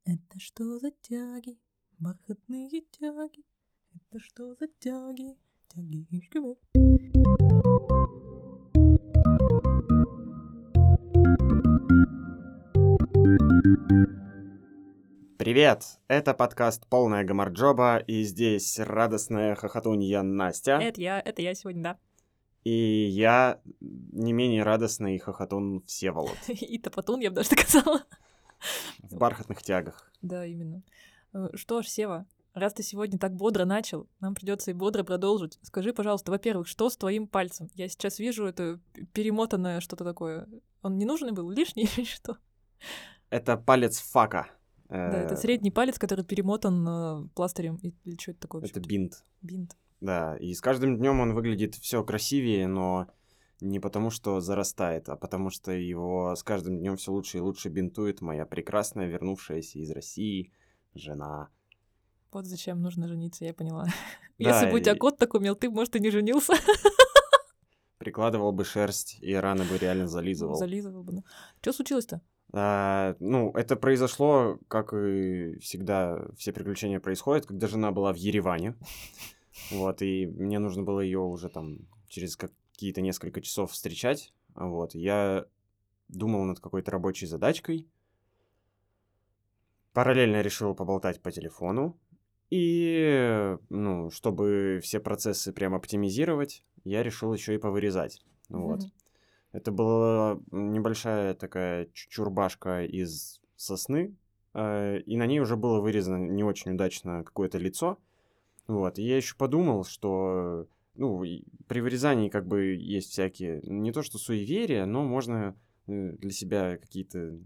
Это что за тяги, бархатные тяги? Это что за тяги, тяги ишками? Привет! Это подкаст «Полная гамарджоба», и здесь радостная хохотунья Настя. Это я сегодня, да. И я не менее радостный хохотун Всеволод. И топотун, я бы даже сказала. В бархатных тягах. Да, именно. Что ж, Сева, раз ты сегодня так бодро начал, нам придется и бодро продолжить. Скажи, пожалуйста, во-первых, что с твоим пальцем? Я сейчас вижу это перемотанное что-то такое. Он не нужный был, лишний или что? Это палец фака. Да, это средний палец, который перемотан пластырем. Или что это такое? Это бинт. Бинт. Да, и с каждым днем он выглядит все красивее, но не потому, что зарастает, а потому что его с каждым днем все лучше и лучше бинтует моя прекрасная, вернувшаяся из России жена. Вот зачем нужно жениться, я поняла. Да, Если бы у тебя кот так умел, ты, может, и не женился. Прикладывал бы шерсть, и раны бы реально зализывал. Зализывал бы, да. Что случилось-то? Это произошло, как и всегда, все приключения происходят, когда жена была в Ереване. Вот, и мне нужно было ее уже там через какие-то несколько часов встречать. Вот, я думал над какой-то рабочей задачкой. Параллельно решил поболтать по телефону. И, чтобы все процессы прям оптимизировать, я решил еще и повырезать. Вот. Это была небольшая такая чурбашка из сосны, и на ней уже было вырезано не очень удачно какое-то лицо. Вот, и я еще подумал, что, при вырезании как бы есть всякие, не то что суеверия, но можно для себя какие-то...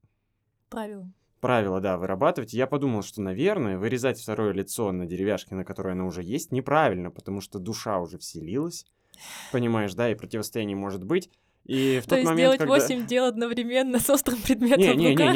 Правила, да, вырабатывать. И я подумал, что, наверное, вырезать второе лицо на деревяшке, на которой оно уже есть, неправильно, потому что душа уже вселилась, понимаешь, да, и противостояние может быть. И в тот момент, делать 8 дел одновременно с острым предметом в руках,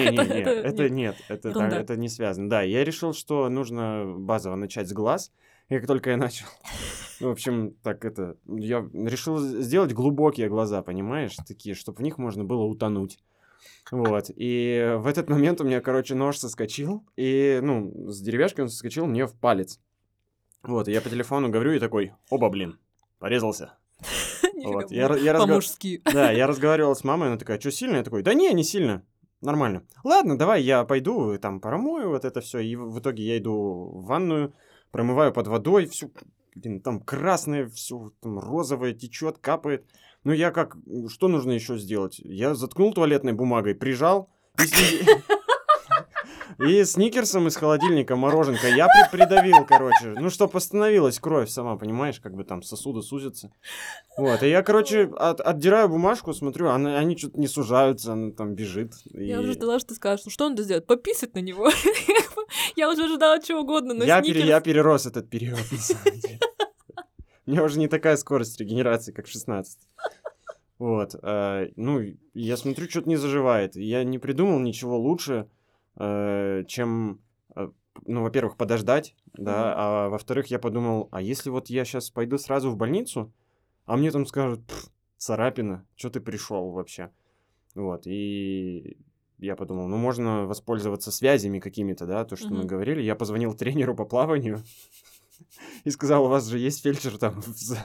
это не связано. Да, я решил, что нужно базово начать с глаз. И как только я начал... В общем, я решил сделать глубокие глаза, понимаешь, такие, чтобы в них можно было утонуть. Вот, и в этот момент у меня, нож соскочил, и, с деревяшки он соскочил мне в палец. Вот, и я по телефону говорю и такой: оба, блин, порезался. Вот. По-мужски. Да, я разговаривал с мамой, она такая: что, сильно? Я такой: да не сильно, нормально. Ладно, давай я пойду, там, промою вот это все. И в итоге я иду в ванную, промываю под водой, все, там красное, все там розовое течет, капает. Что нужно еще сделать? Я заткнул туалетной бумагой, прижал и сникерсом из холодильника мороженка я придавил, чтобы остановилась кровь сама, понимаешь, как бы там сосуды сузятся. Вот, и я, отдираю бумажку, смотрю, они что-то не сужаются, она там бежит. Я уже ждала, что ты скажешь, что он сделает? Пописать на него? Я уже ждала чего угодно, но Я перерос этот период, на самом деле. У меня уже не такая скорость регенерации, как в 16. Вот, я смотрю, что-то не заживает. Я не придумал ничего лучше, чем, во-первых, подождать, да, а во-вторых, я подумал, а если вот я сейчас пойду сразу в больницу, а мне там скажут: царапина, что ты пришел вообще? Вот, и я подумал, можно воспользоваться связями какими-то, да, то, что мы говорили. Я позвонил тренеру по плаванию и сказал: у вас же есть фельдшер там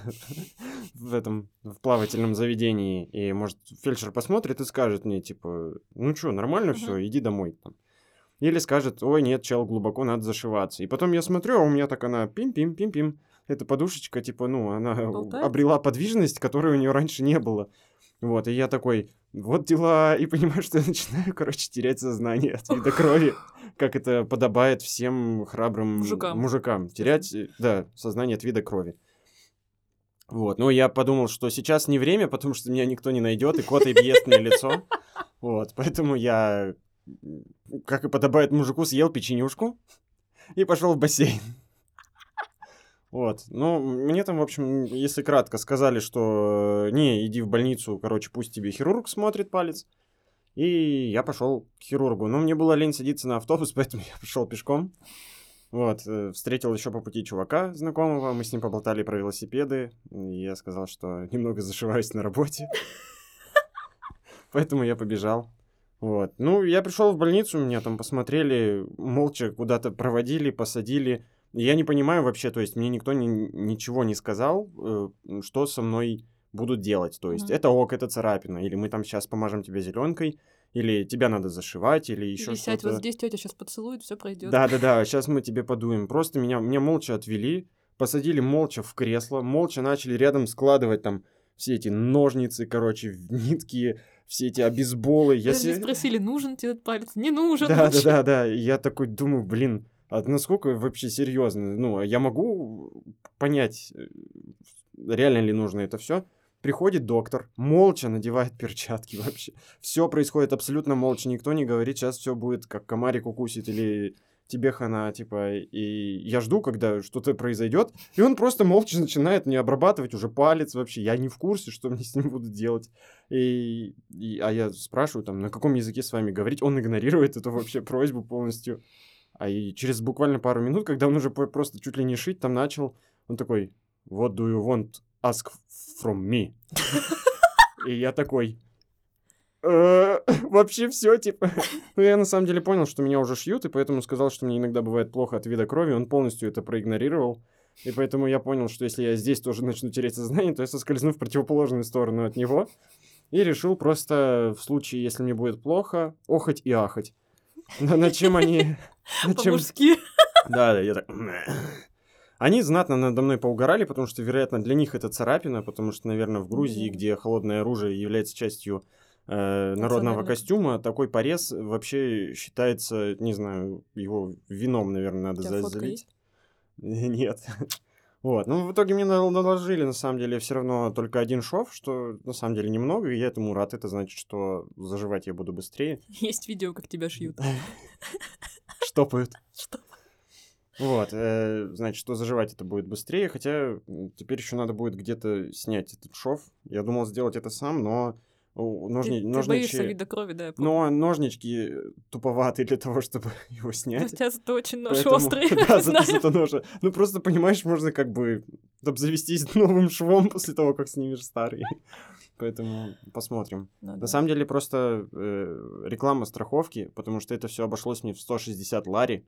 в плавательном заведении, и, может, фельдшер посмотрит и скажет мне, типа: нормально все, иди домой там. Или скажет: ой, нет, чел, глубоко, надо зашиваться. И потом я смотрю, а у меня так она пим-пим-пим-пим. Эта подушечка, она обрела подвижность, которой у нее раньше не было. Вот, и я такой: вот дела, и понимаю, что я начинаю, терять сознание от вида крови, как это подобает всем храбрым мужикам. Терять, да, сознание от вида крови. Вот, я подумал, что сейчас не время, потому что меня никто не найдет, и кот объест мне лицо. Вот, поэтому я, как и подобает мужику, съел печенюшку и пошел в бассейн. Вот, мне там, в общем, если кратко, сказали, что не, иди в больницу, пусть тебе хирург смотрит палец. И я пошел к хирургу. Но мне было лень садиться на автобус, поэтому я пошел пешком. Вот, встретил еще по пути чувака знакомого, мы с ним поболтали про велосипеды. И я сказал, что немного зашиваюсь на работе. Поэтому я побежал. Вот. Ну, я пришел в больницу, меня там посмотрели, молча куда-то проводили, посадили. Я не понимаю вообще, то есть мне никто ничего не сказал, что со мной будут делать. То есть это ок, это царапина, или мы там сейчас помажем тебя зеленкой, или тебя надо зашивать, или еще Или сядь, вот что-то. здесь тетя сейчас поцелует, все пройдет. Да-да-да, сейчас мы тебе подуем. Просто меня молча отвели, посадили молча в кресло, молча начали рядом складывать там все эти ножницы, короче, нитки, все эти обезболы. Даже не спросили, нужен тебе этот палец, не нужен. Да. И я такой думаю, блин, а насколько вообще серьезно? Ну, я могу понять, реально ли нужно это все. Приходит доктор, молча надевает перчатки вообще. Все происходит абсолютно молча. Никто не говорит, сейчас все будет как комарик укусит или тебе хана, типа. И я жду, когда что-то произойдет. И он просто молча начинает мне обрабатывать уже палец вообще. Я не в курсе, что мне с ним будут делать. А я спрашиваю, там, на каком языке с вами говорить. Он игнорирует эту вообще просьбу полностью. И через буквально пару минут, когда он уже просто чуть ли не шить там начал, он такой, what do you want ask from me? И я такой, вообще все, типа. Ну, я на самом деле понял, что меня уже шьют, и поэтому сказал, что мне иногда бывает плохо от вида крови. Он полностью это проигнорировал. И поэтому я понял, что если я здесь тоже начну терять сознание, то я соскользну в противоположную сторону от него. И решил просто в случае, если мне будет плохо, охать и ахать. На чем они... По-мужски. Да, я так... Они знатно надо мной поугорали, потому что, вероятно, для них это царапина, потому что, наверное, в Грузии, где холодное оружие является частью народного костюма, такой порез вообще считается, не знаю, его вином, наверное, надо залить. Нет. Вот. Ну, в итоге мне наложили, на самом деле, все равно только один шов, что, на самом деле, немного, и я этому рад. Это значит, что заживать я буду быстрее. Есть видео, как тебя шьют. Штопают. Вот, значит, что заживать это будет быстрее, хотя теперь еще надо будет где-то снять этот шов. Я думал сделать это сам, но Ты боишься вида крови, да, я помню. Но ножнички туповатые для того, чтобы его снять. У тебя зато очень нож острый. Да, зато нож. Ну, просто, понимаешь, можно как бы обзавестись новым швом после того, как снимешь старый. Поэтому посмотрим. На самом деле, просто реклама страховки, потому что это все обошлось мне в 160 лари.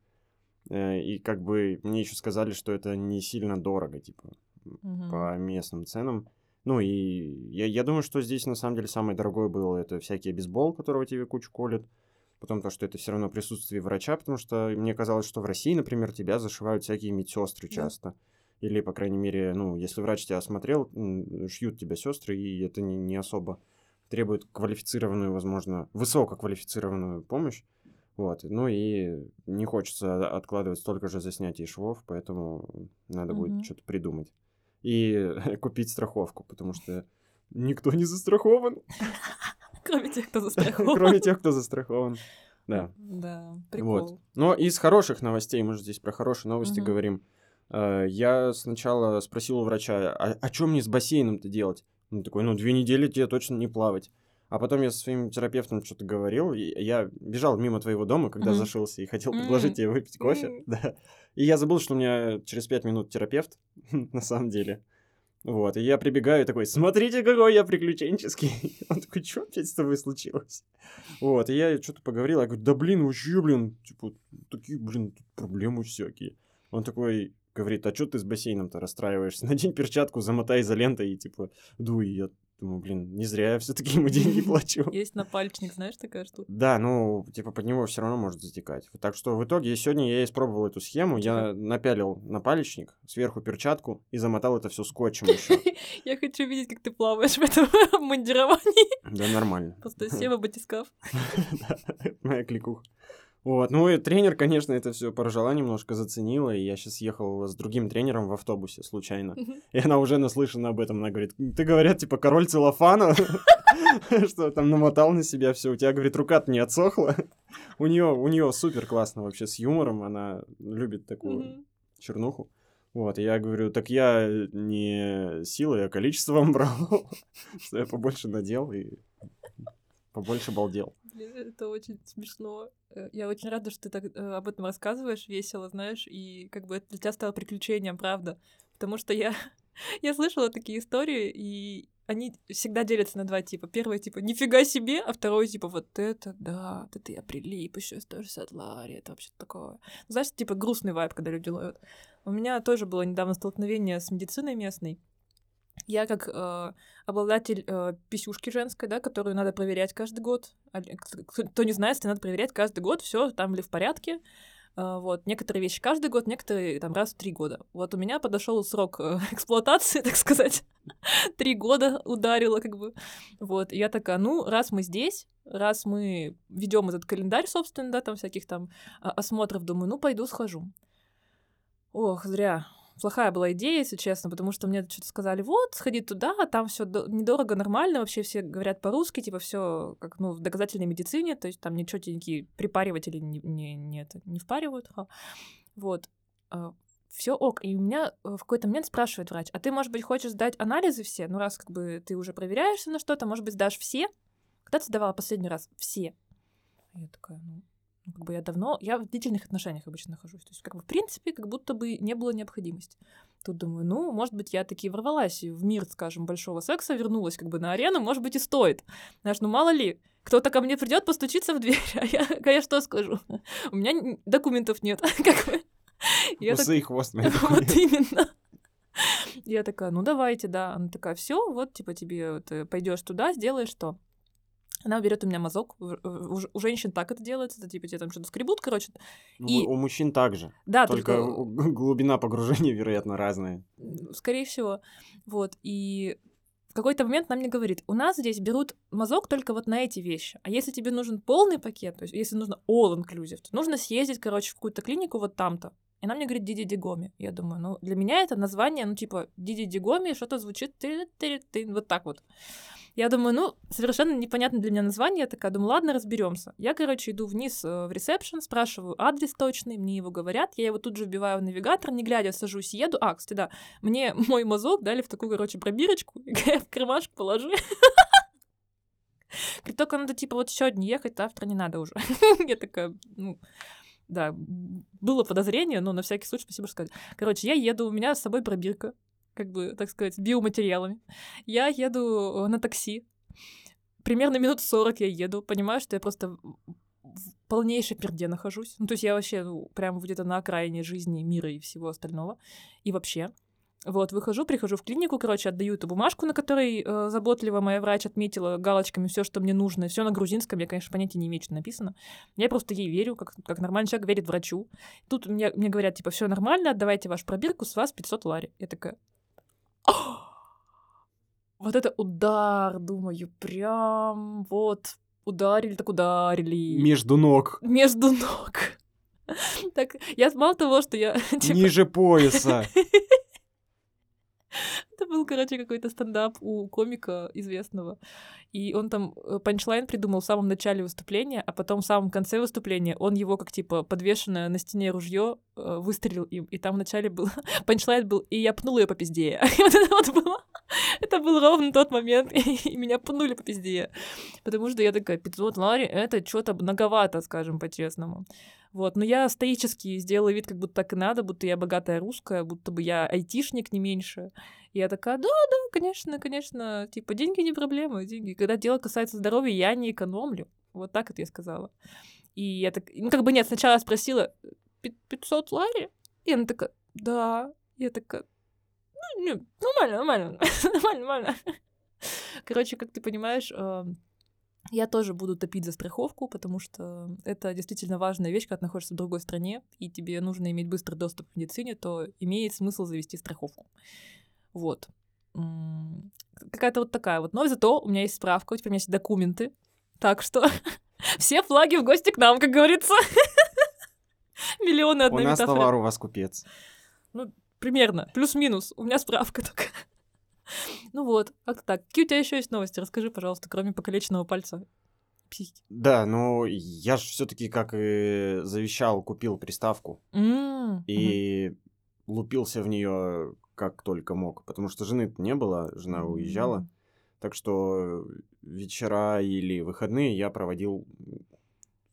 И как бы мне еще сказали, что это не сильно дорого, типа, по местным ценам. Ну, и я думаю, что здесь, на самом деле, самое дорогое было это всякий бейсбол, которого тебе кучу колят. Потом то, что это все равно присутствие врача, потому что мне казалось, что в России, например, тебя зашивают всякие медсестры часто. Или, по крайней мере, ну, если врач тебя осмотрел, шьют тебя сестры, и это не особо требует квалифицированную, возможно, высококвалифицированную помощь. Вот, ну и не хочется откладывать столько же за снятие швов, поэтому надо будет что-то придумать. И купить страховку, потому что никто не застрахован. Кроме тех, кто застрахован. Кроме тех, кто застрахован. Да. Да, прикол. Вот. Но из хороших новостей, мы же здесь про хорошие новости говорим. Я сначала спросил у врача, а что мне с бассейном-то делать? Он такой, 2 недели тебе точно не плавать. А потом я со своим терапевтом что-то говорил, и я бежал мимо твоего дома, когда зашился, и хотел предложить тебе выпить кофе. Да. И я забыл, что у меня через 5 минут терапевт, на самом деле. Вот, и я прибегаю такой, смотрите, какой я приключенческий. Он такой, что опять с тобой случилось? Вот, и я что-то поговорил, я говорю, да блин, вообще, типа, такие, тут проблемы всякие. Он такой говорит, а что ты с бассейном-то расстраиваешься? Надень перчатку, замотай изолентой и, типа, дуй. Я думаю, не зря я все-таки ему деньги плачу. Есть напальчник, знаешь, такая штука? Да, типа, под него все равно может затекать. Так что в итоге сегодня я испробовал эту схему. Я напялил напальчник, сверху перчатку и замотал это все скотчем еще. Я хочу видеть, как ты плаваешь в этом обмундировании. Да, нормально. Просто Сева батискаф. Моя кликуха. Вот, ну и тренер, конечно, это все поржала немножко, заценила, и я сейчас ехал с другим тренером в автобусе случайно, и она уже наслышана об этом, она говорит, ты, говорят, типа, король целлофана, что там намотал на себя все, у тебя, говорит, рука-то не отсохла, у нее супер классно вообще с юмором, она любит такую чернуху, вот, и я говорю, так я не силой, а количеством брал, что я побольше надел и побольше балдел. Блин, это очень смешно. Я очень рада, что ты так об этом рассказываешь весело, знаешь, и как бы это для тебя стало приключением, правда. Потому что я Я слышала такие истории, и они всегда делятся на два типа. Первый типа «нифига себе», а второй типа «вот это, да, вот это я прилип, еще 160 лари, это вообще такое». Знаешь, типа грустный вайб, когда люди ловят. У меня тоже было недавно столкновение с медициной местной. Я как обладатель писюшки женской, да, которую надо проверять каждый год. Кто не знает, если надо проверять каждый год, все там ли в порядке. Вот, некоторые вещи каждый год, некоторые там раз в 3 года. Вот у меня подошел срок эксплуатации, так сказать. 3 года ударило, как бы. Вот, и я такая, ну, раз мы здесь, раз мы ведем этот календарь, собственно, да, там всяких там осмотров, думаю, ну, пойду схожу. Ох, зря. Плохая была идея, если честно, потому что мне что-то сказали, вот, сходи туда, там все недорого, нормально, вообще все говорят по-русски, типа все как, ну, в доказательной медицине, то есть там ничего никакие припариватели не впаривают. Вот. Все ок. И у меня в какой-то момент спрашивает врач, а ты, может быть, хочешь сдать анализы все? Ну, раз как бы ты уже проверяешься на что-то, может быть, сдашь все? Когда ты сдавала последний раз? Все. Я такая, ну, как бы я в длительных отношениях обычно нахожусь. То есть, как бы, в принципе, как будто бы не было необходимости. Тут думаю, ну, может быть, я таки ворвалась в мир, скажем, большого секса, вернулась как бы на арену, может быть, и стоит. Знаешь, ну, мало ли, кто-то ко мне придет, постучится в дверь, а я что скажу? У меня документов нет, как бы. Усы и хвост. Вот именно. Я такая, ну, давайте, да. Она такая, все, вот, типа, тебе пойдешь туда, сделаешь что? Она берет у меня мазок. У женщин так это делается. Это типа тебе там что-то скребут, короче. И... У мужчин также. Да, только глубина погружения, вероятно, разная. Скорее всего. Вот. И в какой-то момент она мне говорит, у нас здесь берут мазок только вот на эти вещи. А если тебе нужен полный пакет, то есть если нужно all-inclusive, то нужно съездить, короче, в какую-то клинику вот там-то. И она мне говорит Диди Дигоми. Я думаю, ну, для меня это название, ну, типа, Диди Дигоми, что-то звучит вот так вот. Я думаю, ну, совершенно непонятно для меня название. Я такая, думаю, ладно, разберемся. Я, короче, иду вниз в ресепшн, спрашиваю адрес точный, мне его говорят, я его тут же вбиваю в навигатор, не глядя, сажусь, еду. Кстати, да, мне мой мазок дали в такую, короче, пробирочку, я в кармашек положи. Только надо, типа, вот сегодня ехать, завтра не надо уже. Я такая, ну... Да, было подозрение, но на всякий случай спасибо, что сказали. Короче, я еду, у меня с собой пробирка, как бы, так сказать, биоматериалами. Я еду на такси. Примерно минут 40 я еду. Понимаю, что я просто в полнейшей перде нахожусь. Ну, то есть я вообще прям где-то на окраине жизни, мира и всего остального. И вообще. Вот, прихожу в клинику, короче, отдаю эту бумажку, на которой заботливо моя врач отметила галочками все, что мне нужно. Все на грузинском, я, конечно, понятия не имею, что написано. Я просто ей верю, как нормальный человек верит врачу. Тут мне говорят, типа, все нормально, отдавайте вашу пробирку, с вас 500 лари. Я такая... Вот это удар, думаю, прям вот ударили, так ударили. Между ног. Между ног. Так, я мало того, что я... Ниже пояса. Это был, короче, какой-то стендап у комика известного. И он там панчлайн придумал в самом начале выступления, а потом в самом конце выступления он его, как типа подвешенное на стене ружье выстрелил им. И там в начале был панчлайн был, и я пнула ее по пизде. И вот это вот было. Это был ровно тот момент, и меня пнули по пизде. Потому что я такая, 500 лари, это что-то многовато, скажем по-честному. Вот, но я стоически сделала вид, как будто так и надо, будто я богатая русская, будто бы я айтишник не меньше. И я такая, да, конечно, типа, деньги не проблема, деньги. Когда дело касается здоровья, я не экономлю. Вот так это я сказала. И я так, ну, как бы нет, сначала я спросила, 500 лари? И она такая, да. Я такая, ну, нормально. Короче, как ты понимаешь, я тоже буду топить за страховку, потому что это действительно важная вещь, когда ты находишься в другой стране, и тебе нужно иметь быстрый доступ к медицине, то имеет смысл завести страховку. Вот. Какая-то вот такая вот. Но зато у меня есть справка, теперь у меня есть документы. Так что все флаги в гости к нам, как говорится. Миллионы одна метафора. У нас товар, у вас купец. Ну, примерно. Плюс-минус. У меня справка только. Ну вот, как-то так. Какие у тебя еще есть новости? Расскажи, пожалуйста, кроме покалеченного пальца психики. Да, ну я же все-таки, как и завещал, купил приставку. И лупился в нее как только мог. Потому что жены-то не было, жена уезжала. Так что вечера или выходные я проводил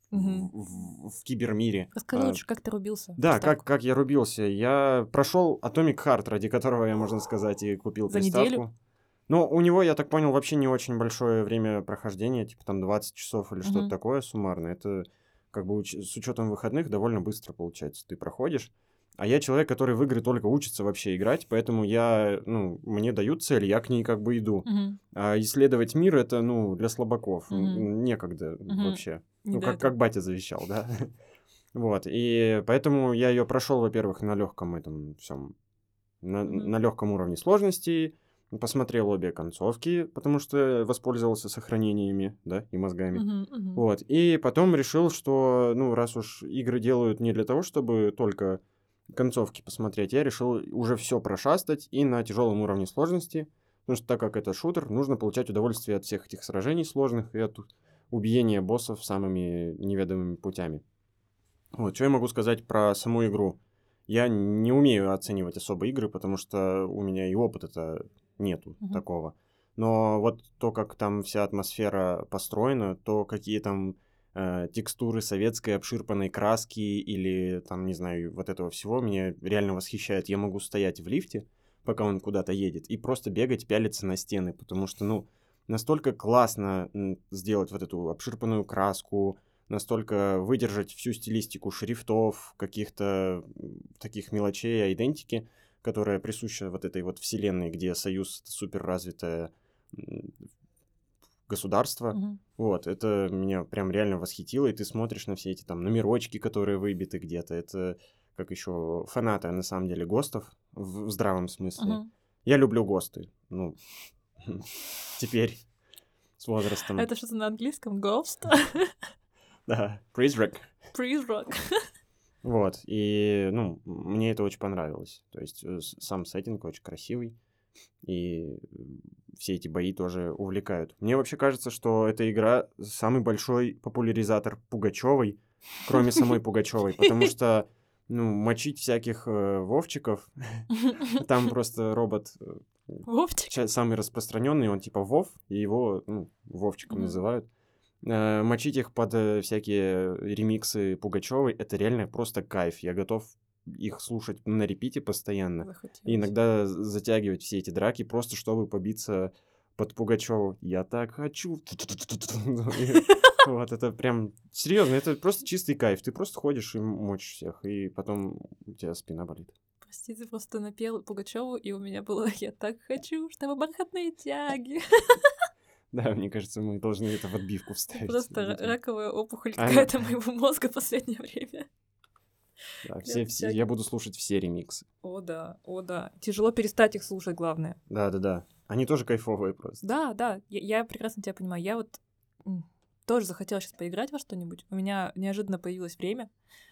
в кибермире. Расскажи лучше, как ты рубился. Да, приставку. как я рубился. Я прошел Atomic Heart, ради которого я, можно сказать, и купил За приставку. неделю? Но у него, я так понял, вообще не очень большое время прохождения, типа там 20 часов или что-то Мгм. такое суммарно. Это как бы с учетом выходных довольно быстро получается. Ты проходишь. А я человек, который в игры только учится вообще играть, поэтому мне дают цель, я к ней как бы иду. Мгм. А исследовать мир это, для слабаков. Мгм. Некогда Мгм. вообще. Не до как этого. батя завещал, да. Вот. И поэтому я ее прошел, во-первых, на легком этом всем, Мгм. на легком уровне сложности. Посмотрел обе концовки, потому что воспользовался сохранениями, да, и мозгами. Мгм. Мгм. Вот. И потом решил, что, раз уж игры делают не для того, чтобы только концовки посмотреть, я решил уже все прошастать и на тяжелом уровне сложности, потому что так как это шутер, нужно получать удовольствие от всех этих сражений сложных и от убиения боссов самыми неведомыми путями. Вот, что я могу сказать про саму игру? Я не умею оценивать особо игры, потому что у меня и опыта-то нету Мгм. такого. Но вот то, как там вся атмосфера построена, то какие там текстуры советской обширпанной краски или там, не знаю, вот этого всего меня реально восхищает. Я могу стоять в лифте, пока он куда-то едет, и просто бегать, пялиться на стены, потому что, настолько классно сделать вот эту обширпанную краску, настолько выдержать всю стилистику шрифтов, каких-то таких мелочей, идентики, которая присуща вот этой вот вселенной, где Союз — это суперразвитое государство. Мгм. Вот, это меня прям реально восхитило, и ты смотришь на все эти там номерочки, которые выбиты где-то. Это как еще фанаты, на самом деле, ГОСТов в здравом смысле. Мгм. Я люблю ГОСТы. Теперь с возрастом. Это что-то на английском? Ghost? Да, призрак. Призрак. Вот, и, мне это очень понравилось. То есть сам сеттинг очень красивый, и все эти бои тоже увлекают. Мне вообще кажется, что эта игра самый большой популяризатор Пугачевой, кроме самой Пугачевой, потому что, мочить всяких Вовчиков, там просто робот Вовчик. самый распространенный, он типа Вов, и его, Вовчиком Мгм. называют. Мочить их под всякие ремиксы Пугачевой, это реально просто кайф. Я готов их слушать на репите постоянно. И Захотелось. иногда затягивать все эти драки, просто чтобы побиться под Пугачеву. Я так хочу. Вот, это прям серьезно, это просто чистый кайф. Ты просто ходишь и мочишь всех, и потом у тебя спина болит. Прости, ты просто напел Пугачеву, и у меня было «Я так хочу, чтобы бархатные тяги». Да, мне кажется, мы должны это в отбивку Это вставить. просто раковая опухоль Она- какая-то моего мозга в последнее время. Да, Клёвые я тяги. буду слушать все ремиксы. О да, о да. Тяжело перестать их слушать, главное. Да. Они тоже кайфовые просто. Да, я прекрасно тебя понимаю. Я вот тоже захотела сейчас поиграть во что-нибудь. У меня неожиданно появилось время.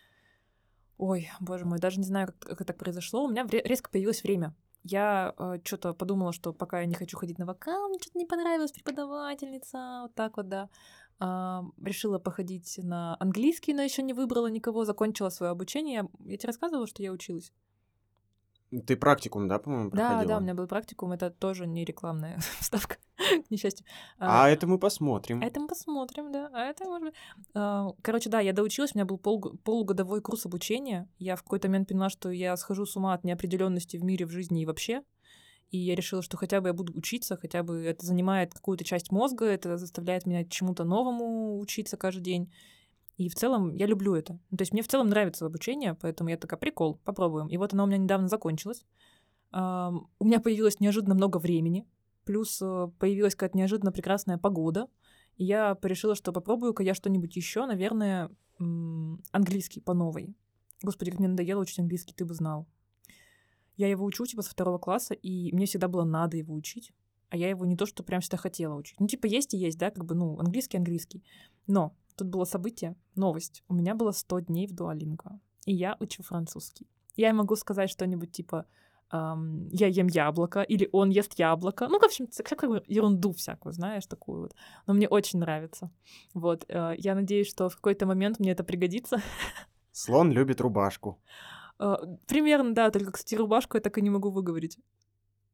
Ой, боже мой, даже не знаю, как это так произошло. У меня резко появилось время. Я что-то подумала, что пока я не хочу ходить на вокал, мне что-то не понравилась преподавательница, вот так вот, да. Решила походить на английский, но еще не выбрала никого, закончила свое обучение. Я тебе рассказывала, что я училась? Ты практикум, да, по-моему, проходила? Да, у меня был практикум, это тоже не рекламная вставка, к несчастью. Это мы посмотрим. Это мы посмотрим, да. А это может быть. Короче, да, я доучилась, у меня был полугодовой курс обучения. Я в какой-то момент поняла, что я схожу с ума от неопределенности в мире, в жизни и вообще. И я решила, что хотя бы я буду учиться, хотя бы это занимает какую-то часть мозга, это заставляет меня чему-то новому учиться каждый день. И в целом я люблю это. То есть мне в целом нравится обучение, поэтому я такая, прикол, попробуем. И вот оно у меня недавно закончилось. У меня появилось неожиданно много времени, плюс появилась какая-то неожиданно прекрасная погода. И я решила, что попробую-ка я что-нибудь еще, наверное, английский по новой. Господи, как мне надоело учить английский, ты бы знал. Я его учу, типа, со 2 класса, и мне всегда было надо его учить, а я его не то, что прям всегда хотела учить. Есть и есть, да, как бы, английский. Но тут было событие, новость. У меня было 100 дней в Duolingo, и я учу французский. Я могу сказать что-нибудь типа «я ем яблоко» или «он ест яблоко». В общем, всякую ерунду всякую, знаешь, такую вот. Но мне очень нравится. Вот, я надеюсь, что в какой-то момент мне это пригодится. Слон любит рубашку. Примерно, да, только, кстати, рубашку я так и не могу выговорить.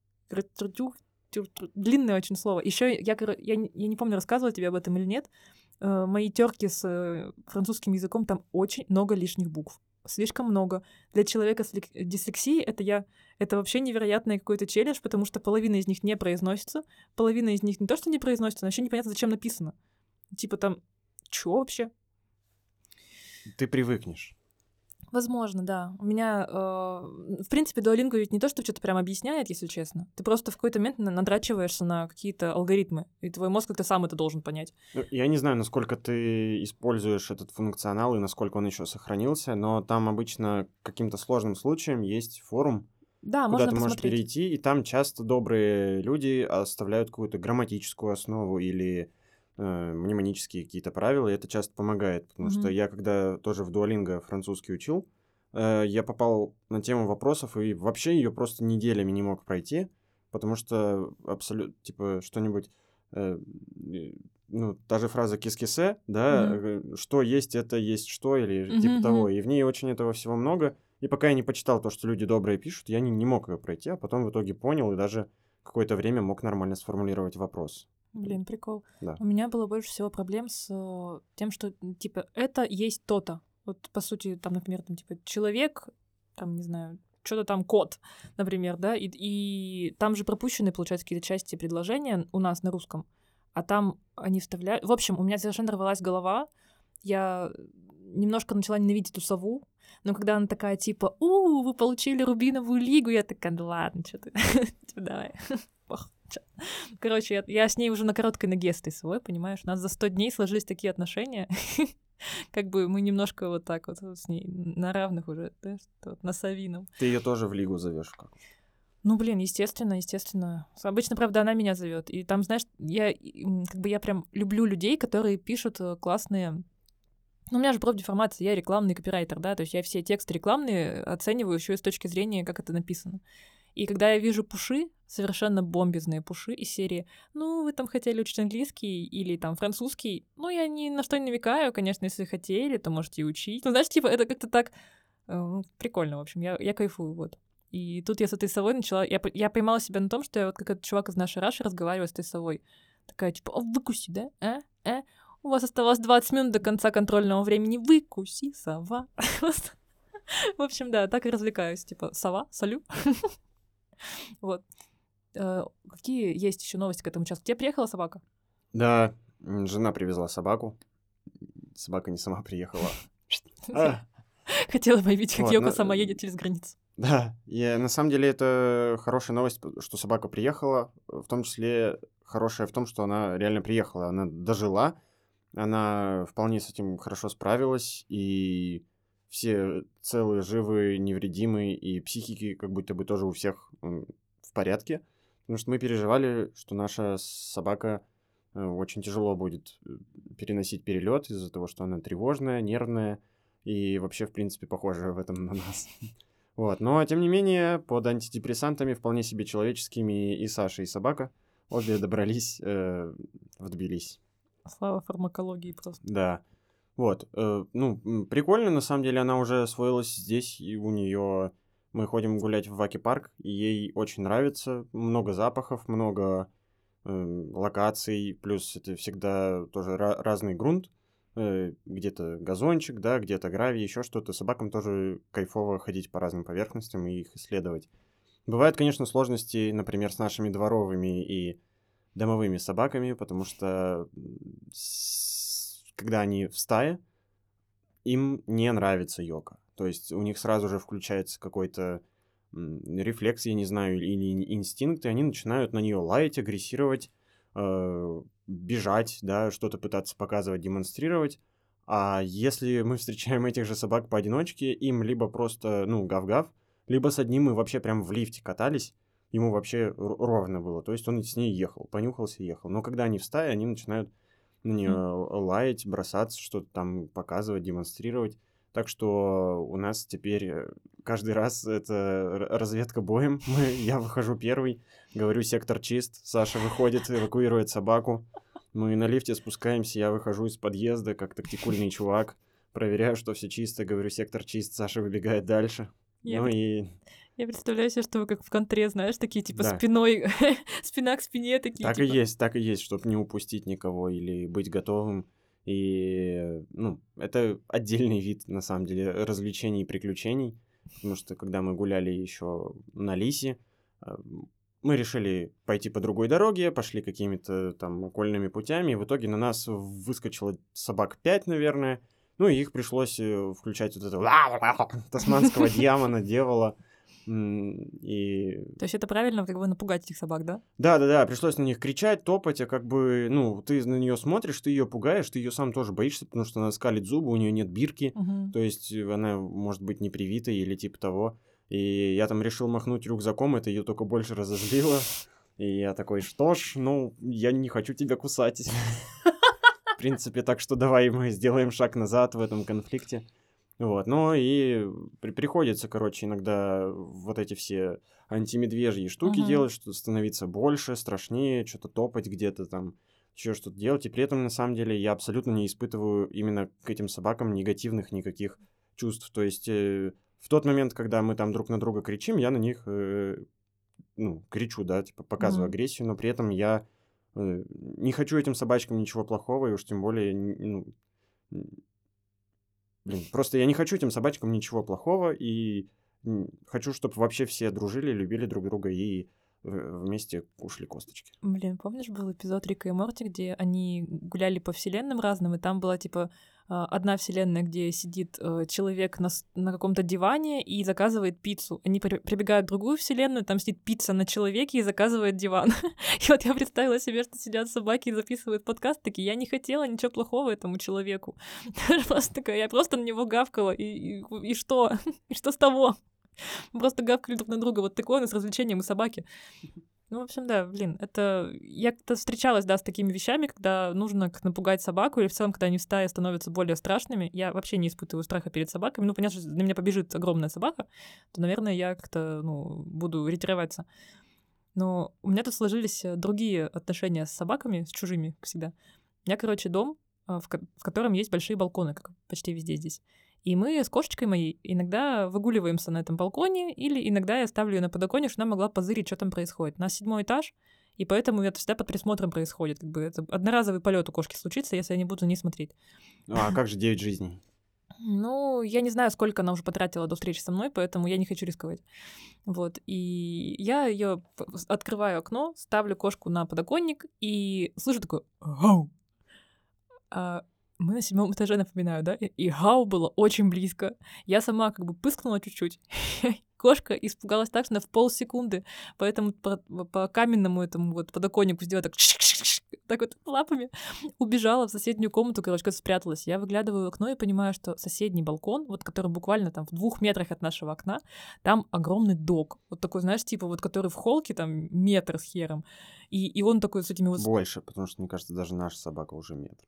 Длинное очень слово. Еще я не помню, рассказывала тебе об этом или нет. мои терки с французским языком, там очень много лишних букв. Слишком много. Для человека с дислексией это вообще невероятный какой-то челлендж, потому что половина из них не произносится, половина из них не то, что не произносится, но вообще непонятно, зачем написано. Типа там, чё вообще? Ты привыкнешь. Возможно, да. У меня, в принципе, Duolingo ведь не то, что что-то прям объясняет, если честно. Ты просто в какой-то момент надрачиваешься на какие-то алгоритмы, и твой мозг как-то сам это должен понять. Я не знаю, насколько ты используешь этот функционал и насколько он еще сохранился, но там обычно каким-то сложным случаем есть форум, Да, куда можно ты можешь посмотреть. перейти, и там часто добрые люди оставляют какую-то грамматическую основу или мнемонические какие-то правила, и это часто помогает, потому что я, когда тоже в Duolingo французский учил, я попал на тему вопросов и вообще ее просто неделями не мог пройти, потому что абсолютно, типа, что-нибудь, ну, та же фраза «кис-кисе», да, что есть, это есть что, или типа того, и в ней очень этого всего много, и пока я не почитал то, что люди добрые пишут, я не мог ее пройти, а потом в итоге понял и даже какое-то время мог нормально сформулировать вопрос. Блин, прикол. Да. У меня было больше всего проблем с тем, что, типа, это есть то-то. Вот, по сути, там, например, там, типа, человек, там, не знаю, что-то там кот, например, да, и там же пропущены, получается, какие-то части предложения у нас на русском, а там они вставляют... В общем, у меня совершенно рвалась голова, я немножко начала ненавидеть эту сову, но когда она такая, типа, вы получили рубиновую лигу, я такая, да ладно, что ты, давай, Короче, я с ней уже на короткой ноге с той совой, понимаешь? У нас за 100 дней сложились такие отношения. Как бы мы немножко вот так вот с ней на равных уже, да, на совином. Ты ее тоже в лигу зовешь как? Ну, блин, естественно. Обычно, правда, она меня зовет. И там, знаешь, я прям люблю людей, которые пишут классные... Ну, у меня же профдеформация, я рекламный копирайтер, да, то есть я все тексты рекламные оцениваю еще и с точки зрения, как это написано. И когда я вижу пуши, совершенно бомбезные пуши из серии «Ну, вы там хотели учить английский или там французский», ну, я ни на что не намекаю, конечно, если хотели, то можете и учить. Ну, знаешь, типа, это как-то так прикольно, в общем, я кайфую, вот. И тут я с этой совой начала... Я поймала себя на том, что я вот как этот чувак из нашей Раши разговариваю с этой совой. Такая, типа, выкуси, да? У вас оставалось 20 минут до конца контрольного времени. Выкуси, сова. В общем, да, так и развлекаюсь. Типа, сова, салю. Вот. Какие есть еще новости к этому часу? К тебе приехала собака? Да, жена привезла собаку. Собака не сама приехала. Хотела бы видеть, как Йоко сама едет через границу. Да, и на самом деле это хорошая новость, что собака приехала, в том числе хорошая в том, что она реально приехала, она дожила, она вполне с этим хорошо справилась, и все целые, живые, невредимые, и психики как будто бы тоже у всех в порядке, потому что мы переживали, что наша собака очень тяжело будет переносить перелет из-за того, что она тревожная, нервная, и вообще, в принципе, похожая в этом на нас. Вот, но, тем не менее, под антидепрессантами, вполне себе человеческими, и Саша, и собака обе добрались в Тбилиси. Слава фармакологии просто. Да. Вот, прикольно, на самом деле, она уже освоилась здесь, и у нее мы ходим гулять в Ваки-парк, и ей очень нравится, много запахов, много локаций, плюс это всегда тоже разный грунт, где-то газончик, да, где-то гравий, еще что-то. Собакам тоже кайфово ходить по разным поверхностям и их исследовать. Бывают, конечно, сложности, например, с нашими дворовыми и домовыми собаками, потому что когда они в стае, им не нравится Йоко. То есть у них сразу же включается какой-то рефлекс, я не знаю, или инстинкт, и они начинают на нее лаять, агрессировать, бежать, да, что-то пытаться показывать, демонстрировать. А если мы встречаем этих же собак поодиночке, им либо просто, гав-гав, либо с одним мы вообще прям в лифте катались, ему вообще ровно было. То есть он с ней ехал, понюхался и ехал. Но когда они в стае, они начинают на нее лаять, бросаться, что-то там показывать, демонстрировать. Так что у нас теперь каждый раз это разведка боем. Я выхожу первый, говорю «сектор чист», Саша выходит, эвакуирует собаку. Мы на лифте спускаемся, я выхожу из подъезда, как тактикульный чувак, проверяю, что все чисто, говорю «сектор чист», Саша выбегает дальше. Я представляю себе, что вы как в контре, знаешь, такие типа спиной, спина к спине такие. Так и есть, чтобы не упустить никого или быть готовым. И, это отдельный вид, на самом деле, развлечений и приключений. Потому что, когда мы гуляли еще на Лисе, мы решили пойти по другой дороге, пошли какими-то там окольными путями, и в итоге на нас выскочило собак 5, наверное. И их пришлось включать вот это тасманского дьявола, дьявола. И... То есть это правильно как бы напугать этих собак, да? Да, пришлось на них кричать, топать, а как бы, ты на нее смотришь, ты ее пугаешь, ты ее сам тоже боишься, потому что она скалит зубы, у нее нет бирки, то есть она может быть не привитой или типа того. И я там решил махнуть рюкзаком, это ее только больше разозлило. И я такой, что ж, я не хочу тебя кусать. В принципе, так что давай мы сделаем шаг назад в этом конфликте. Вот, и приходится, иногда вот эти все антимедвежьи штуки делать, что становиться больше, страшнее, что-то топать где-то там, еще что-то делать. И при этом, на самом деле, я абсолютно не испытываю именно к этим собакам негативных никаких чувств. То есть в тот момент, когда мы там друг на друга кричим, я на них, кричу, да, типа показываю агрессию, но при этом я не хочу этим собачкам ничего плохого, и уж тем более, просто я не хочу этим собачкам ничего плохого, и хочу, чтобы вообще все дружили, любили друг друга и вместе кушали косточки. Помнишь, был эпизод Рика и Морти, где они гуляли по вселенным разным, и там была, типа, одна вселенная, где сидит человек на каком-то диване и заказывает пиццу. Они прибегают в другую вселенную, там сидит пицца на человеке и заказывает диван. И вот я представила себе, что сидят собаки и записывают подкаст, такие, я не хотела ничего плохого этому человеку. Просто такая, я просто на него гавкала, и что? И что с того? Мы просто гавкали друг на друга. Вот такое у нас развлечение, мы собаки. В общем, да, это... Я как-то встречалась, да, с такими вещами, когда нужно напугать собаку, или в целом, когда они в стае становятся более страшными. Я вообще не испытываю страха перед собаками. Понятно, что на меня побежит огромная собака, то, наверное, я как-то, буду ретироваться. Но у меня тут сложились другие отношения с собаками, с чужими всегда. У меня, дом, в котором есть большие балконы, как почти везде здесь. И мы с кошечкой моей иногда выгуливаемся на этом балконе, или иногда я ставлю ее на подоконник, чтобы она могла позырить, что там происходит. У нас 7-й этаж, и поэтому это всегда под присмотром происходит. Это одноразовый полет у кошки случится, если я не буду за ней смотреть. А как же 9 жизней? Я не знаю, сколько она уже потратила до встречи со мной, поэтому я не хочу рисковать. Вот. И я ее открываю окно, ставлю кошку на подоконник и слышу такое «Гау!». Мы на 7-м этаже, напоминаю, да? И гау было очень близко. Я сама пыскнула чуть-чуть. Кошка испугалась так, что она в полсекунды поэтому по каменному этому подоконнику сделала так лапами, убежала в соседнюю комнату, спряталась. Я выглядываю в окно и понимаю, что соседний балкон, который буквально там в 2 метрах от нашего окна, там огромный дог. Вот такой, знаешь, типа который в холке там метр с хером. И он такой с этими Больше, потому что, мне кажется, даже наша собака уже метр.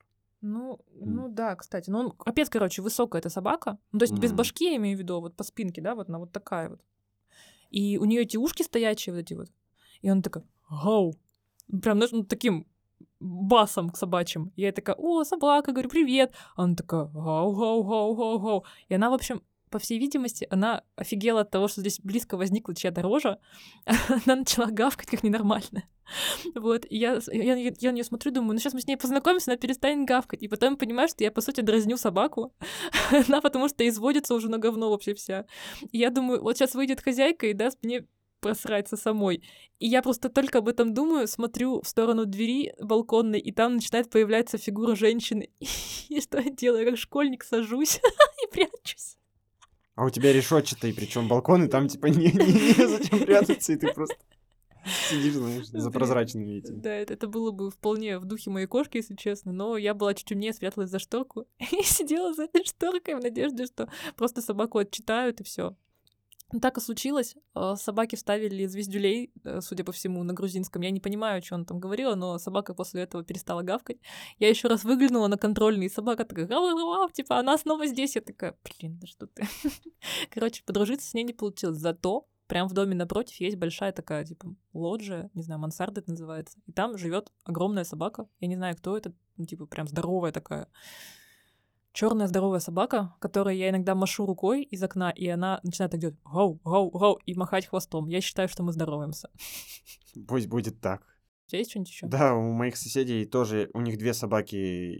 Да, кстати. Он капец, высокая эта собака. То есть без башки, я имею в виду, по спинке, да, она вот такая вот. И у нее эти ушки стоячие вот эти вот. И она такая, гау. Прям, знаешь, таким басом к собачьим. И я такая, о, собака, говорю, привет. А она такая, гау, гау, гау, гау, гау. И она, в общем, по всей видимости, она офигела от того, что здесь близко возникла чья-то рожа. Она начала гавкать как ненормальная. Вот, и я на нее смотрю, думаю, сейчас мы с ней познакомимся, она перестанет гавкать. И потом понимаю, что я, по сути, дразню собаку. Она потому что изводится уже на говно вообще вся. И я думаю, вот сейчас выйдет хозяйка и даст мне просраться самой. И я просто только об этом думаю, смотрю в сторону двери балконной, и там начинает появляться фигура женщины. И что я делаю? Как школьник сажусь и прячусь. А у тебя решетчатый, причем балкон, и там типа незачем прятаться, и ты просто сидишь, знаешь, за прозрачными этими. Да, это было бы вполне в духе моей кошки, если честно, но я была чуть умнее, спряталась за шторку и сидела за этой шторкой в надежде, что просто собаку отчитают, и все. Так и случилось. Собаки вставили звездюлей, судя по всему, на грузинском. Я не понимаю, что она там говорила, но собака после этого перестала гавкать. Я еще раз выглянула на контрольный, и собака такая, типа, она снова здесь. Я такая, блин, да что ты. Подружиться с ней не получилось. Зато прям в доме напротив есть большая такая, типа, лоджия, не знаю, мансарда это называется. И там живет огромная собака. Я не знаю, кто это, типа, прям здоровая такая. Черная здоровая собака, которой я иногда машу рукой из окна, и она начинает так делать «гау, гау, гау» и махать хвостом. Я считаю, что мы здороваемся. Пусть будет так. У тебя есть что-нибудь еще? Да, у моих соседей тоже, у них 2 собаки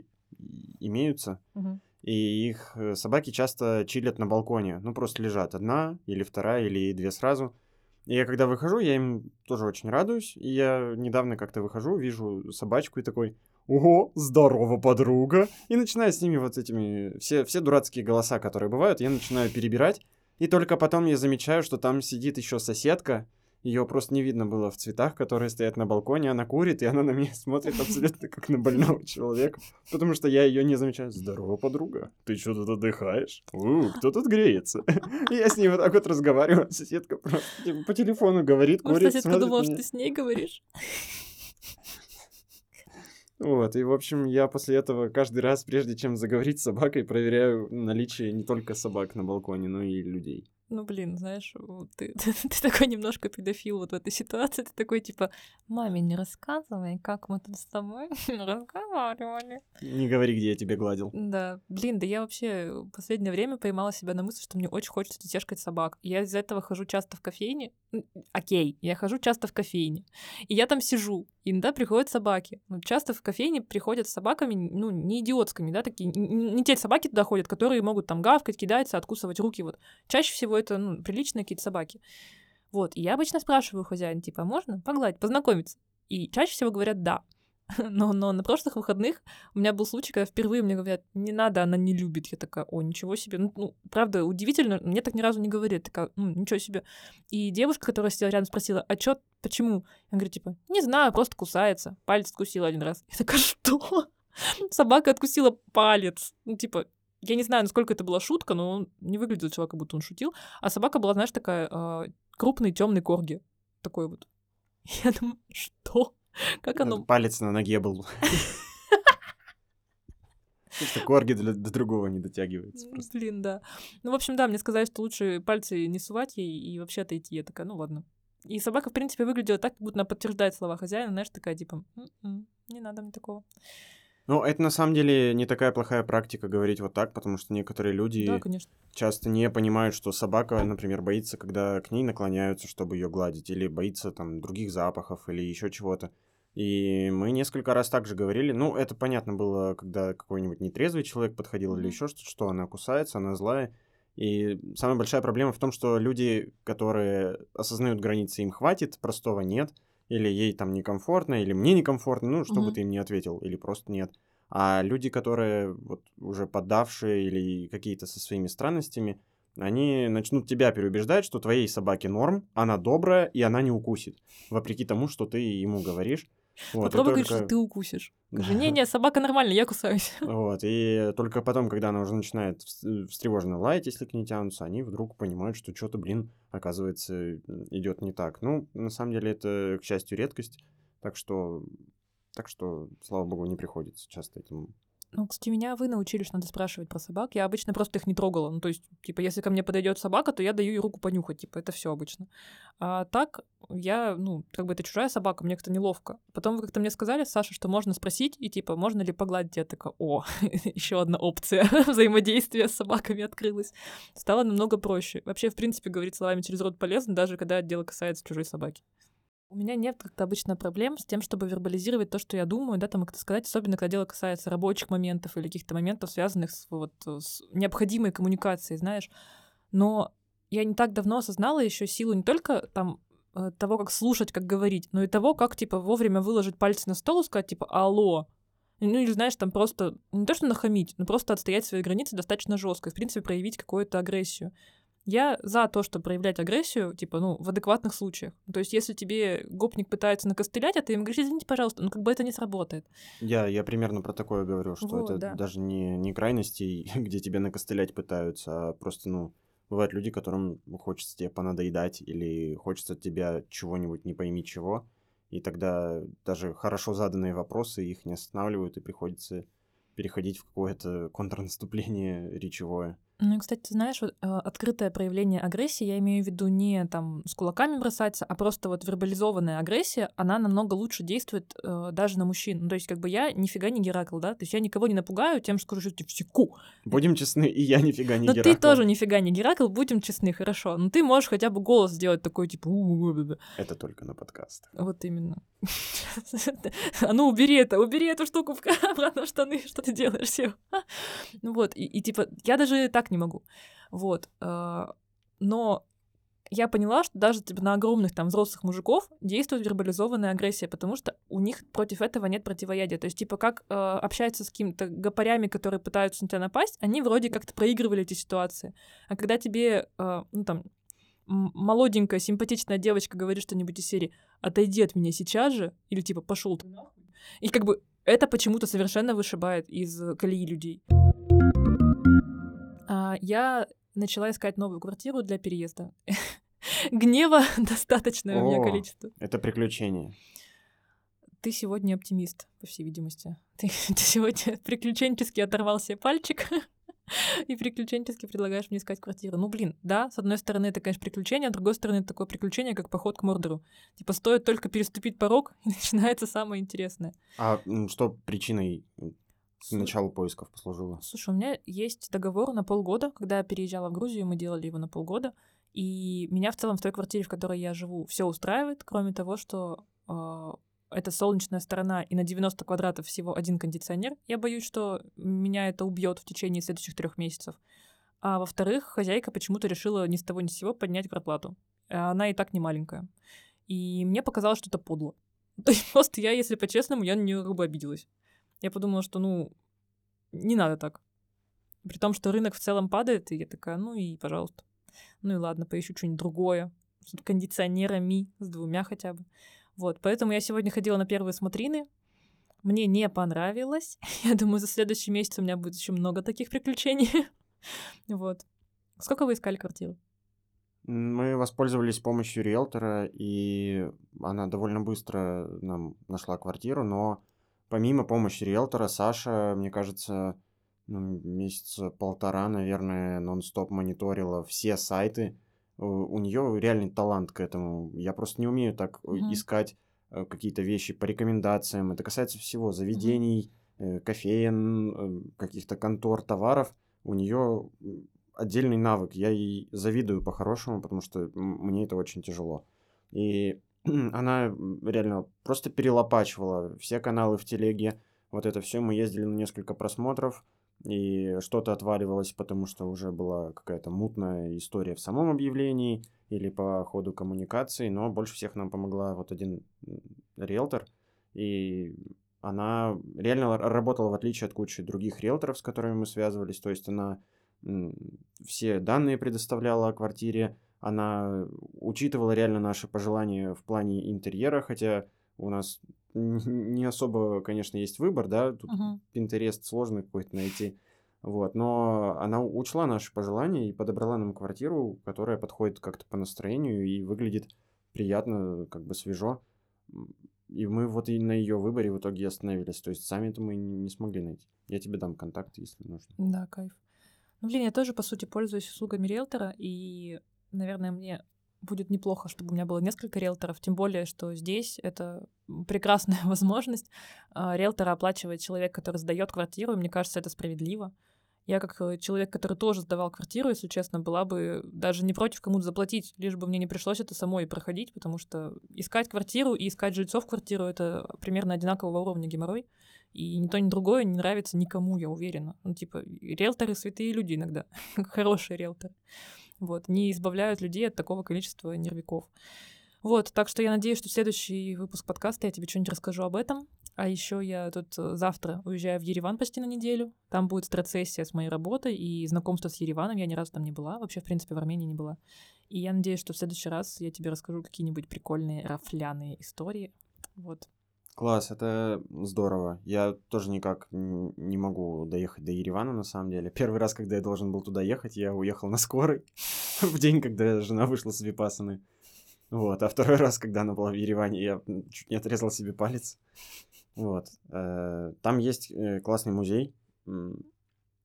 имеются, Мгм. и их собаки часто чилят на балконе. Ну, просто лежат одна или вторая, или две сразу. И я когда выхожу, я им тоже очень радуюсь. И я недавно как-то выхожу, вижу собачку и такой: «Ого, здорово, подруга!» И начинаю с ними вот этими... Все дурацкие голоса, которые бывают, я начинаю перебирать. И только потом я замечаю, что там сидит еще соседка. Ее просто не видно было в цветах, которые стоят на балконе. Она курит, и она на меня смотрит абсолютно как на больного человека. Потому что я ее не замечаю. «Здорово, подруга. Ты что тут отдыхаешь? Кто тут греется?» И я с ней вот так вот разговариваю. Соседка просто типа, по телефону говорит, Может, курит, соседка смотрит думала, на что меня. ты с ней говоришь? Вот, и, в общем, я после этого каждый раз, прежде чем заговорить с собакой, проверяю наличие не только собак на балконе, но и людей. Ну, блин, знаешь, вот ты такой немножко педофил вот в этой ситуации. Ты такой, типа, маме не рассказывай, как мы тут с тобой разговаривали. Не говори, где я тебя гладил. Да, блин, да я вообще в последнее время поймала себя на мысли, что мне очень хочется тешкать собак. Я из-за этого хожу часто в кофейне. Окей, я хожу часто в кофейне. И я там сижу, и иногда приходят собаки. Ну, часто в кофейне приходят с собаками, ну, не идиотскими, да, такие, не те собаки туда ходят, которые могут там гавкать, кидаться, откусывать руки, вот. Чаще всего это, ну, приличные какие-то собаки. Вот, и я обычно спрашиваю хозяина, типа, «А можно погладить, познакомиться?» И чаще всего говорят «да». Но на прошлых выходных у меня был случай, когда впервые мне говорят: «Не надо, она не любит». Я такая: «О, ничего себе». Ну, правда, удивительно, мне так ни разу не говорили. Такая: ничего себе». И девушка, которая сидела рядом, спросила: «А чё, почему?» Я говорю, типа: «Не знаю, просто кусается. Палец откусила один раз». Я такая: «Что?» Собака откусила палец. Ну, типа, я не знаю, насколько это была шутка, но он не выглядел человек, как будто он шутил. А собака была, знаешь, такая, крупный темный корги. Такой вот. Я думаю, что? Как Это оно... палец на ноге был. Потому что корги до другого не дотягивается просто. Блин, да. Ну, в общем, да, мне сказали, что лучше пальцы не сувать ей и вообще отойти. Я такая: «Ну, ладно». И собака, в принципе, выглядела так, как будто она подтверждает слова хозяина, знаешь, такая, типа: не надо мне такого». Ну, это на самом деле не такая плохая практика говорить вот так, потому что некоторые Да, люди конечно. часто не понимают, что собака, например, боится, когда к ней наклоняются, чтобы ее гладить, или боится там других запахов, или еще чего-то. И мы несколько раз также говорили, ну, это понятно было, когда какой-нибудь нетрезвый человек подходил или еще что-то, что она кусается, она злая. И самая большая проблема в том, что люди, которые осознают границы, им хватит, простого нет, или ей там некомфортно, или мне некомфортно, ну, что бы Мгм. ты им не ответил, или просто нет. А люди, которые вот уже поддавшие или какие-то со своими странностями, они начнут тебя переубеждать, что твоей собаке норм, она добрая и она не укусит, вопреки тому, что ты ему говоришь. Вот, и Попробуй говорить, что только... ты укусишь. Скажи: Да. «Не-не, собака нормальная, я кусаюсь». Вот, и только потом, когда она уже начинает встревоженно лаять, если к ней тянутся, они вдруг понимают, что что-то, блин, оказывается, идет не так. Ну, на самом деле, это, к счастью, редкость, так что, слава богу, не приходится часто этим. Ну, кстати, меня вы научили, что надо спрашивать про собак. Я обычно просто их не трогала. Ну, то есть, типа, если ко мне подойдет собака, то я даю ей руку понюхать. Типа, это все обычно. А так, я, ну, как бы это чужая собака, мне как-то неловко. Потом вы как-то мне сказали, Саша, что можно спросить, и типа, можно ли погладить? Я такая: о, еще одна опция взаимодействия с собаками открылась. Стало намного проще. Вообще, в принципе, говорить словами через рот полезно, даже когда дело касается чужой собаки. У меня нет как-то обычно проблем с тем, чтобы вербализировать то, что я думаю, да, там как-то сказать, особенно когда дело касается рабочих моментов или каких-то моментов, связанных с, вот, с необходимой коммуникацией, знаешь. Но я не так давно осознала еще силу не только там того, как слушать, как говорить, но и того, как, типа, вовремя выложить пальцы на стол и сказать, типа, алло. Ну, или, знаешь, там просто, не то что нахамить, но просто отстоять свои границы достаточно жестко, и, в принципе, проявить какую-то агрессию. Я за то, чтобы проявлять агрессию, типа, ну, в адекватных случаях. То есть, если тебе гопник пытается накостылять, а ты ему говоришь: «Извините, пожалуйста», ну, как бы это не сработает. Я примерно про такое говорю, что Вот, это да. даже не крайности, где тебя накостылять пытаются, а просто, ну, бывают люди, которым хочется тебе понадоедать или хочется от тебя чего-нибудь не пойми чего, и тогда даже хорошо заданные вопросы их не останавливают, и приходится переходить в какое-то контрнаступление речевое. Ну, и, кстати, ты знаешь, вот, открытое проявление агрессии, я имею в виду не там с кулаками бросаться, а просто вот вербализованная агрессия, она намного лучше действует даже на мужчин. Ну, то есть, как бы я нифига не Геракл, да? То есть я никого не напугаю тем, что скажу, что я всеку. Будем честны, и я нифига не Но ты Геракл. тоже нифига не Геракл, будем честны, хорошо. Но ты можешь хотя бы голос сделать такой, типа... Это только на подкастах. Вот именно. А ну, убери эту штуку обратно в штаны, что ты делаешь, Сев? Ну вот, и типа, я даже так не могу. Вот. Но я поняла, что даже типа, на огромных там взрослых мужиков действует вербализованная агрессия, потому что у них против этого нет противоядия. То есть, типа, как общаются с какими-то гопарями, которые пытаются на тебя напасть, они вроде как-то проигрывали эти ситуации. А когда тебе, ну там, молоденькая, симпатичная девочка говорит что-нибудь из серии «отойди от меня сейчас же», или типа «пошел ты нахуй», и как бы это почему-то совершенно вышибает из колеи людей. Я начала искать новую квартиру для переезда. Гнева достаточное у меня количество. Это приключение. Ты сегодня оптимист, по всей видимости. Ты сегодня приключенчески оторвал себе пальчик и приключенчески предлагаешь мне искать квартиру. Ну, блин, да, с одной стороны, это, конечно, приключение, а с другой стороны, это такое приключение, как поход к Мордору. Типа, стоит только переступить порог, и начинается самое интересное. А что причиной начала поисков послужило? Слушай, у меня есть договор на полгода. Когда я переезжала в Грузию, мы делали его на полгода. И меня в целом в той квартире, в которой я живу, все устраивает, кроме того, что это солнечная сторона, и на 90 квадратов всего один кондиционер. Я боюсь, что меня это убьет в течение следующих 3 месяцев. А во-вторых, хозяйка почему-то решила ни с того ни с сего поднять квартплату. Она и так не маленькая. И мне показалось, что это подло. То есть просто я, если по-честному, я на нее грубо обиделась. Я подумала, что, не надо так. При том, что рынок в целом падает, и я такая, ну и пожалуйста. Ну и ладно, поищу что-нибудь другое. С кондиционерами, с 2 хотя бы. Вот, поэтому я сегодня ходила на первые смотрины. Мне не понравилось. Я думаю, за следующий месяц у меня будет еще много таких приключений. Вот. Сколько вы искали квартиру? Мы воспользовались помощью риэлтора, и она довольно быстро нам нашла квартиру, но помимо помощи риэлтора, Саша, мне кажется, месяца 1,5, наверное, нон-стоп мониторила все сайты. У нее реальный талант к этому. Я просто не умею так искать какие-то вещи по рекомендациям. Это касается всего заведений, кофеен, каких-то контор, товаров. У нее отдельный навык. Я ей завидую по-хорошему, потому что мне это очень тяжело. И она реально просто перелопачивала все каналы в телеге. Вот это все. Мы ездили на несколько просмотров, и что-то отваливалось, потому что уже была какая-то мутная история в самом объявлении или по ходу коммуникации, но больше всех нам помогла вот один риэлтор, и она реально работала в отличие от кучи других риэлторов, с которыми мы связывались, то есть она все данные предоставляла о квартире, она учитывала реально наши пожелания в плане интерьера, хотя у нас не особо, конечно, есть выбор, да, тут Pinterest сложно какой-то найти, вот, но она учла наши пожелания и подобрала нам квартиру, которая подходит как-то по настроению и выглядит приятно, как бы свежо, и мы вот и на ее выборе в итоге остановились, то есть сами-то мы не смогли найти. Я тебе дам контакты, если нужно. Да, кайф. Ну, блин, я тоже, по сути, пользуюсь услугами риэлтора, и, наверное, мне будет неплохо, чтобы у меня было несколько риэлторов, тем более, что здесь это прекрасная возможность. Риэлтора оплачивает человек, который сдает квартиру, и мне кажется, это справедливо. Я как человек, который тоже сдавал квартиру, если честно, была бы даже не против кому-то заплатить, лишь бы мне не пришлось это самой проходить, потому что искать квартиру и искать жильцов в квартиру — это примерно одинакового уровня геморрой, и ни то, ни другое не нравится никому, я уверена. Ну, типа, риэлторы — святые люди иногда, хорошие риэлторы. Вот, не избавляют людей от такого количества нервиков. Вот, так что я надеюсь, что в следующий выпуск подкаста я тебе что-нибудь расскажу об этом. А еще я тут завтра уезжаю в Ереван почти на неделю. Там будет страцессия с моей работой и знакомство с Ереваном. Я ни разу там не была. Вообще, в принципе, в Армении не была. И я надеюсь, что в следующий раз я тебе расскажу какие-нибудь прикольные рафляные истории. Вот. Класс, это здорово. Я тоже никак не могу доехать до Еревана, на самом деле. Первый раз, когда я должен был туда ехать, я уехал на скорой в день, когда жена вышла с випассаны. Вот, а второй раз, когда она была в Ереване, я чуть не отрезал себе палец. Вот. Там есть классный музей.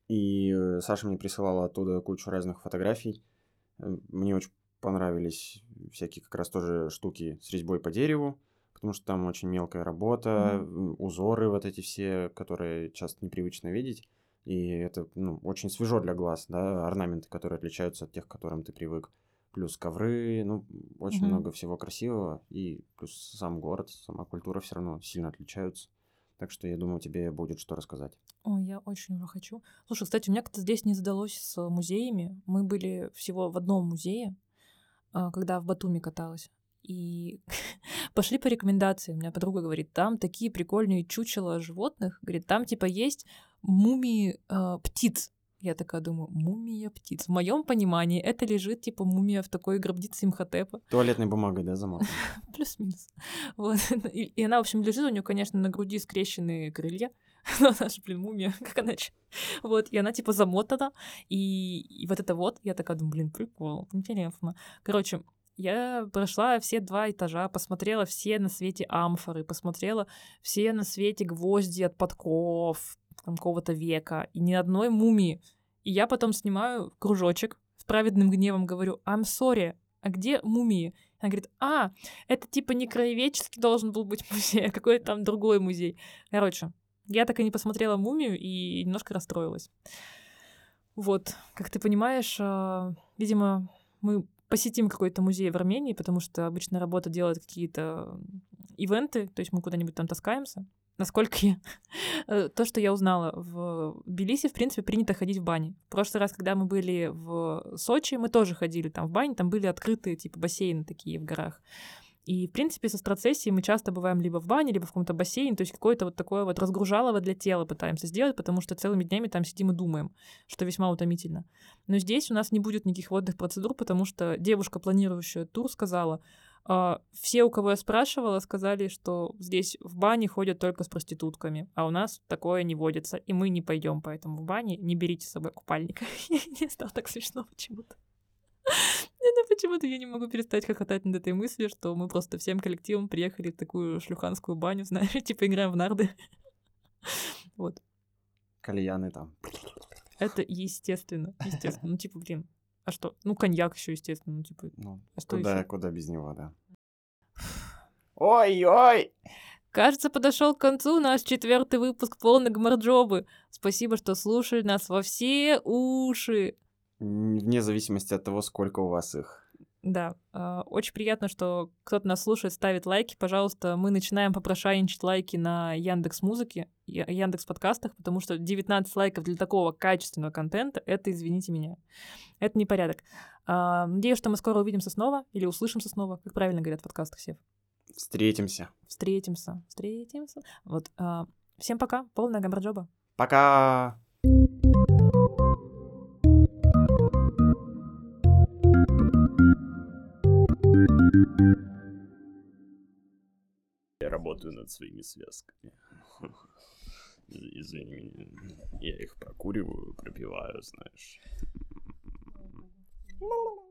И Саша мне присылала оттуда кучу разных фотографий. Мне очень понравились всякие как раз тоже штуки с резьбой по дереву, потому что там очень мелкая работа, узоры вот эти все, которые часто непривычно видеть. И это очень свежо для глаз, да, орнаменты, которые отличаются от тех, к которым ты привык. Плюс ковры, очень много всего красивого. И плюс сам город, сама культура все равно сильно отличаются. Так что я думаю, тебе будет что рассказать. Ой, я очень уже хочу. Слушай, кстати, у меня как-то здесь не задалось с музеями. Мы были всего в одном музее, когда в Батуми каталась. И пошли по рекомендации. У меня подруга говорит, там такие прикольные чучела животных. Говорит, там типа есть мумии птиц. Я такая думаю, мумия птиц. В моем понимании это лежит типа мумия в такой гробнице Имхотепа. Туалетной бумагой, да, замотана? Плюс-минус. Вот. И она, в общем, лежит, у нее, конечно, на груди скрещенные крылья. Но она же, мумия, как иначе. Вот, и она типа замотана. И вот это вот, я такая думаю, прикол, интересно. Короче, я прошла все 2 этажа, посмотрела все на свете амфоры, посмотрела все на свете гвозди от подков какого-то века, и ни одной мумии. И я потом снимаю кружочек, с праведным гневом говорю, I'm sorry, а где мумии? Она говорит, это типа не краеведческий должен был быть музей, а какой-то там другой музей. Короче, я так и не посмотрела мумию и немножко расстроилась. Вот, как ты понимаешь, видимо, мы посетим какой-то музей в Армении, потому что обычно работа делает какие-то ивенты, то есть мы куда-нибудь там таскаемся. Насколько то, что я узнала, в Тбилиси, в принципе, принято ходить в бани. В прошлый раз, когда мы были в Сочи, мы тоже ходили там в бане, там были открытые, типа, бассейны такие в горах. И, в принципе, со страцессией мы часто бываем либо в бане, либо в каком-то бассейне, то есть какое-то вот такое вот разгружалово для тела пытаемся сделать, потому что целыми днями там сидим и думаем, что весьма утомительно. Но здесь у нас не будет никаких водных процедур, потому что девушка, планирующая тур, сказала, все, у кого я спрашивала, сказали, что здесь в бане ходят только с проститутками, а у нас такое не водится, и мы не пойдем, поэтому в бане не берите с собой купальника. Мне стало так смешно почему-то. Почему-то я не могу перестать хохотать над этой мыслью, что мы просто всем коллективом приехали в такую шлюханскую баню, знаешь, типа играем в нарды. Вот. Кальяны там. Это естественно. Ну, типа, а что? Ну, коньяк еще, естественно. Ну, типа, а что еще? Куда без него, да. Ой-ой! Кажется, подошел к концу наш 4-й выпуск полной гморджобы. Спасибо, что слушали нас во все уши. Вне зависимости от того, сколько у вас их. Да, очень приятно, что кто-то нас слушает, ставит лайки. Пожалуйста, мы начинаем попрошайничать лайки на Яндекс.Музыке, Яндекс.Подкастах, потому что 19 лайков для такого качественного контента — это, извините меня, это непорядок. Надеюсь, что мы скоро увидимся снова или услышимся снова, как правильно говорят в подкастах, Сев. Встретимся. Вот, всем пока, полная гамбарджоба. Пока! Я работаю над своими связками. Извини, я их прокуриваю, пропиваю, знаешь.